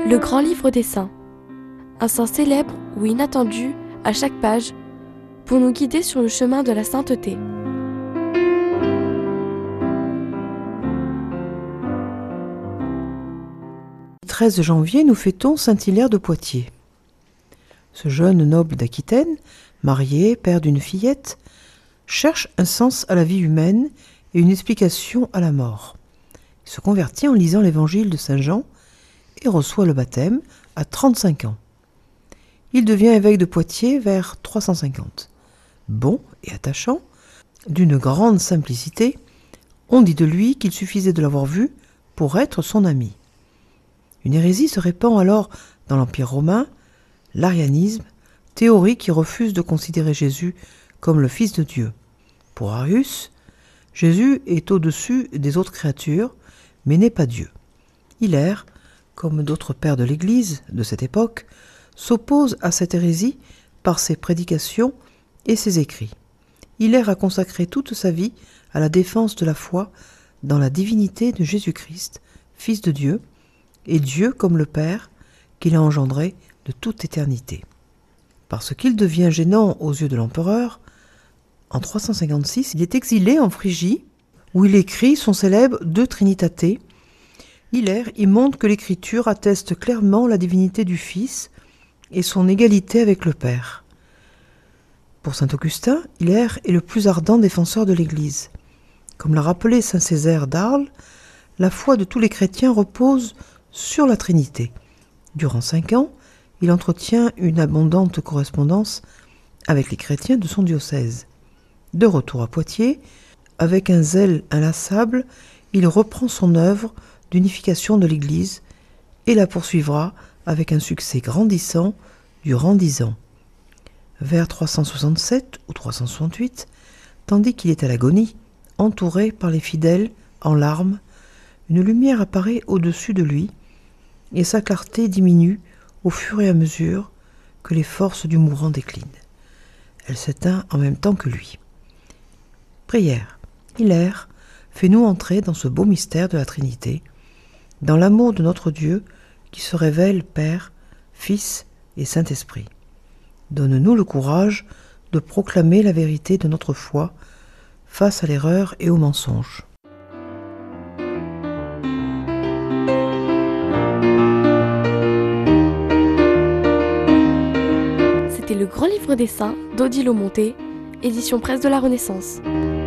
Le grand livre des saints. Un saint célèbre ou inattendu à chaque page pour nous guider sur le chemin de la sainteté. Le 13 janvier, nous fêtons saint Hilaire de Poitiers. Ce jeune noble d'Aquitaine, marié, père d'une fillette, cherche un sens à la vie humaine et une explication à la mort. Il se convertit en lisant l'évangile de saint Jean et reçoit le baptême à 35 ans. Il devient évêque de Poitiers vers 350. Bon et attachant, d'une grande simplicité, on dit de lui qu'il suffisait de l'avoir vu pour être son ami. Une hérésie se répand alors dans l'Empire romain, l'arianisme, théorie qui refuse de considérer Jésus comme le Fils de Dieu. Pour Arius, Jésus est au-dessus des autres créatures, mais n'est pas Dieu. Hilaire, comme d'autres pères de l'Église de cette époque, s'oppose à cette hérésie par ses prédications et ses écrits. Hilaire a consacré toute sa vie à la défense de la foi dans la divinité de Jésus-Christ, Fils de Dieu, et Dieu comme le Père qu'il a engendré de toute éternité. Parce qu'il devient gênant aux yeux de l'empereur, en 356, il est exilé en Phrygie, où il écrit son célèbre De Trinitate. Hilaire y montre que l'Écriture atteste clairement la divinité du Fils et son égalité avec le Père. Pour saint Augustin, Hilaire est le plus ardent défenseur de l'Église. Comme l'a rappelé saint Césaire d'Arles, la foi de tous les chrétiens repose sur la Trinité. Durant 5 ans, il entretient une abondante correspondance avec les chrétiens de son diocèse. De retour à Poitiers, avec un zèle inlassable, il reprend son œuvre d'unification de l'Église et la poursuivra avec un succès grandissant durant 10 ans. Vers 367 ou 368, tandis qu'il est à l'agonie, entouré par les fidèles en larmes, une lumière apparaît au-dessus de lui et sa clarté diminue au fur et à mesure que les forces du mourant déclinent. Elle s'éteint en même temps que lui. Prière. Hilaire, fais-nous entrer dans ce beau mystère de la Trinité, dans l'amour de notre Dieu qui se révèle Père, Fils et Saint-Esprit. Donne-nous le courage de proclamer la vérité de notre foi face à l'erreur et au mensonge. C'était le grand livre des saints d'Odile Monté, édition Presse de la Renaissance.